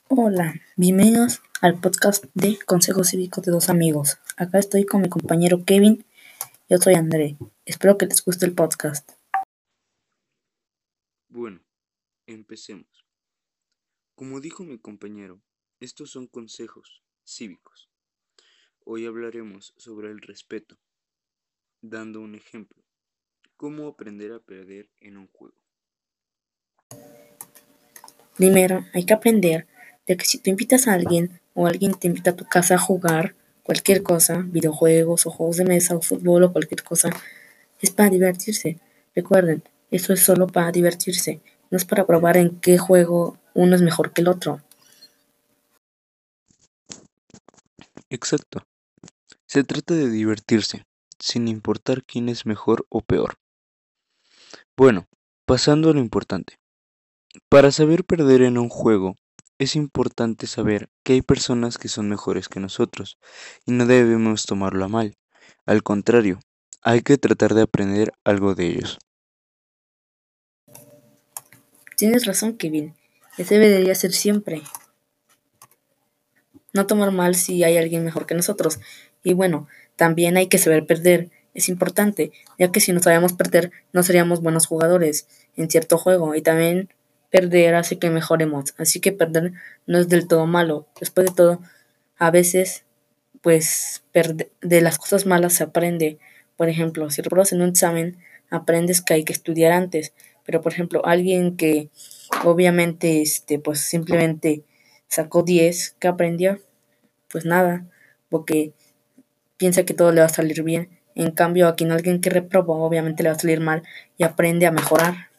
Hola, bienvenidos al podcast de Consejos Cívicos de dos amigos. Acá estoy con mi compañero Kevin y yo soy André. Espero que les guste el podcast. Bueno, empecemos. Como dijo mi compañero, estos son consejos cívicos. Hoy hablaremos sobre el respeto, dando un ejemplo. ¿Cómo aprender a perder en un juego? Primero, hay que aprender de que si tú invitas a alguien o alguien te invita a tu casa a jugar cualquier cosa, videojuegos o juegos de mesa o fútbol o cualquier cosa, es para divertirse. Recuerden, eso es solo para divertirse. No es para probar en qué juego uno es mejor que el otro. Exacto. Se trata de divertirse, sin importar quién es mejor o peor. Bueno, pasando a lo importante. Para saber perder en un juego, es importante saber que hay personas que son mejores que nosotros y no debemos tomarlo a mal. Al contrario, hay que tratar de aprender algo de ellos. Tienes razón, Kevin. Ese debería ser siempre. No tomar mal si hay alguien mejor que nosotros. Y bueno, también hay que saber perder. Es importante, ya que si no sabemos perder, no seríamos buenos jugadores en cierto juego. Y también perder hace que mejoremos. Así que perder no es del todo malo. Después de todo, a veces, pues, de las cosas malas se aprende. Por ejemplo, si repruebas en un examen, aprendes que hay que estudiar antes. Pero, por ejemplo, alguien que obviamente, pues simplemente sacó 10, ¿qué aprendió? Pues nada, porque piensa que todo le va a salir bien. En cambio, a quien alguien que reprobó, obviamente le va a salir mal y aprende a mejorar.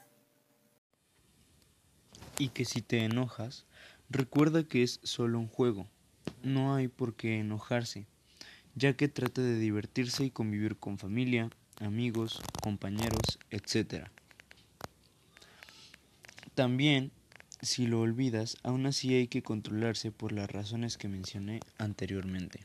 Y que si te enojas, recuerda que es solo un juego. No hay por qué enojarse, ya que trata de divertirse y convivir con familia, amigos, compañeros, etc. También, si lo olvidas, aún así hay que controlarse por las razones que mencioné anteriormente.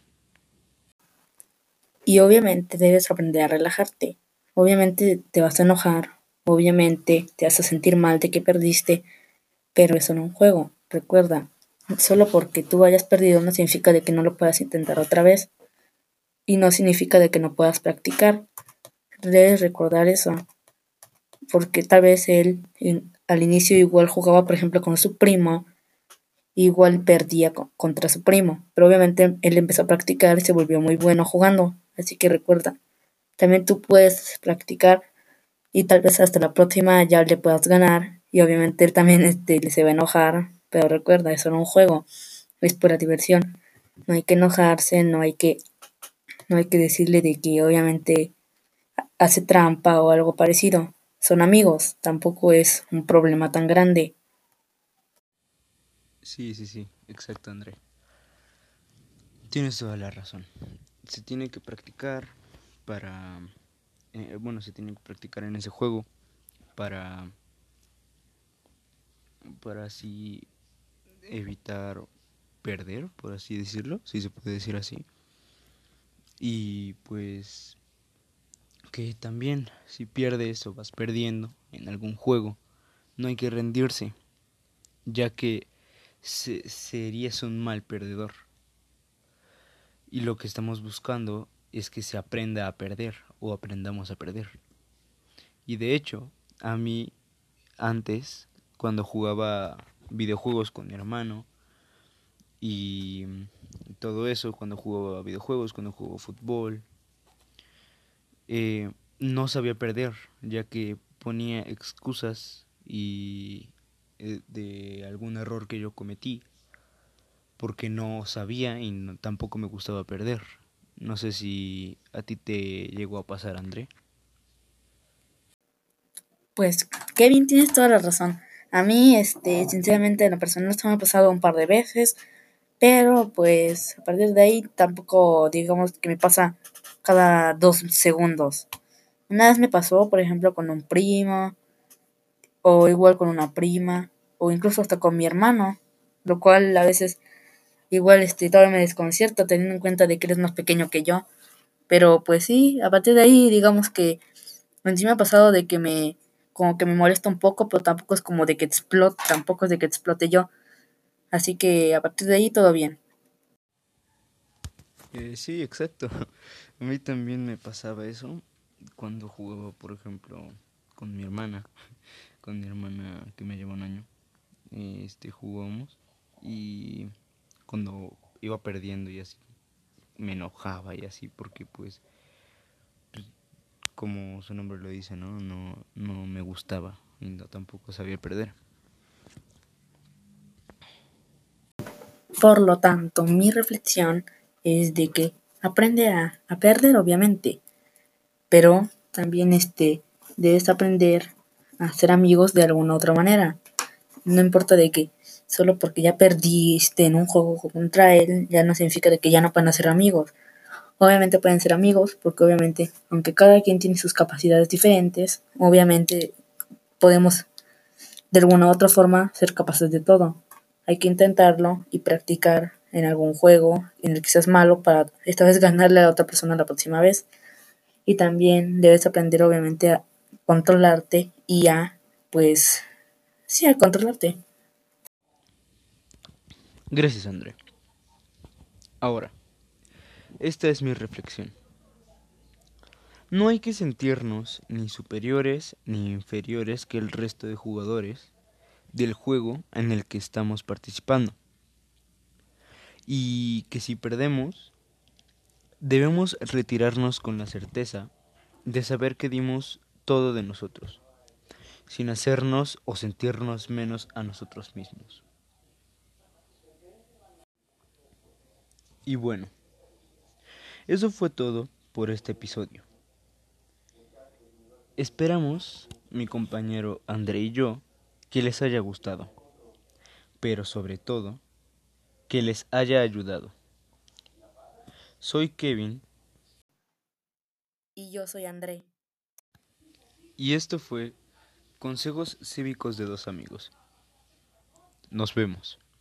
Y obviamente debes aprender a relajarte. Obviamente te vas a enojar, obviamente te vas a sentir mal de que perdiste, pero eso no es un juego. Recuerda, solo porque tú hayas perdido no significa de que no lo puedas intentar otra vez y no significa de que no puedas practicar. Debes recordar eso, porque tal vez al inicio igual jugaba, por ejemplo, con su primo, igual perdía contra su primo, pero obviamente él empezó a practicar y se volvió muy bueno jugando, así que recuerda, también tú puedes practicar y tal vez hasta la próxima ya le puedas ganar y obviamente él también se va a enojar, pero recuerda, eso no es un juego, es pura diversión, no hay que enojarse, no hay que decirle de que obviamente hace trampa o algo parecido, son amigos, tampoco es un problema tan grande. Sí, exacto, André. Tienes toda la razón. Se tiene que practicar para... se tiene que practicar en ese juego para, para así evitar perder, por así decirlo, si se puede decir así. Y pues que también si pierdes o vas perdiendo en algún juego, no hay que rendirse, ya que serías un mal perdedor. Y lo que estamos buscando es que se aprenda a perder o aprendamos a perder. Y de hecho, a mí antes, cuando jugaba videojuegos con mi hermano y todo eso, cuando jugaba videojuegos, cuando jugaba fútbol, no sabía perder, ya que ponía excusas y de algún error que yo cometí, porque no sabía y tampoco me gustaba perder. No sé si a ti te llegó a pasar, André. Pues Kevin, tienes toda la razón. A mí, sinceramente, en lo personal esto me ha pasado un par de veces, pero pues a partir de ahí tampoco, digamos que me pasa cada 2 segundos. Una vez me pasó, por ejemplo, con un primo, o igual con una prima, o incluso hasta con mi hermano, lo cual a veces igual todavía me desconcierta teniendo en cuenta de que eres más pequeño que yo. Pero pues sí, a partir de ahí, digamos que en sí me ha pasado de que como que me molesta un poco, pero tampoco es como de que explote, tampoco es de que explote yo. Así que a partir de ahí todo bien. Sí, exacto. A mí también me pasaba eso cuando jugaba, por ejemplo, con mi hermana, con mi hermana que me lleva un año. Jugábamos y cuando iba perdiendo y así, me enojaba y así porque pues como su nombre lo dice, ¿no? No me gustaba y no, tampoco sabía perder. Por lo tanto, mi reflexión es de que aprende a perder, obviamente, pero también debes aprender a ser amigos de alguna otra manera. No importa de que solo porque ya perdiste en un juego contra él, ya no significa de que ya no puedan ser amigos. Obviamente pueden ser amigos, porque obviamente, aunque cada quien tiene sus capacidades diferentes, obviamente podemos de alguna u otra forma ser capaces de todo. Hay que intentarlo y practicar en algún juego en el que seas malo para esta vez ganarle a la otra persona la próxima vez. Y también debes aprender obviamente a controlarte y pues, sí, a controlarte. Gracias, André. Ahora, esta es mi reflexión. No hay que sentirnos ni superiores ni inferiores que el resto de jugadores del juego en el que estamos participando. Y que si perdemos, debemos retirarnos con la certeza de saber que dimos todo de nosotros, sin hacernos o sentirnos menos a nosotros mismos. Y bueno, eso fue todo por este episodio. Esperamos, mi compañero André y yo, que les haya gustado, pero sobre todo, que les haya ayudado. Soy Kevin Y yo soy André. y esto fue Consejos Cívicos de dos amigos. Nos vemos.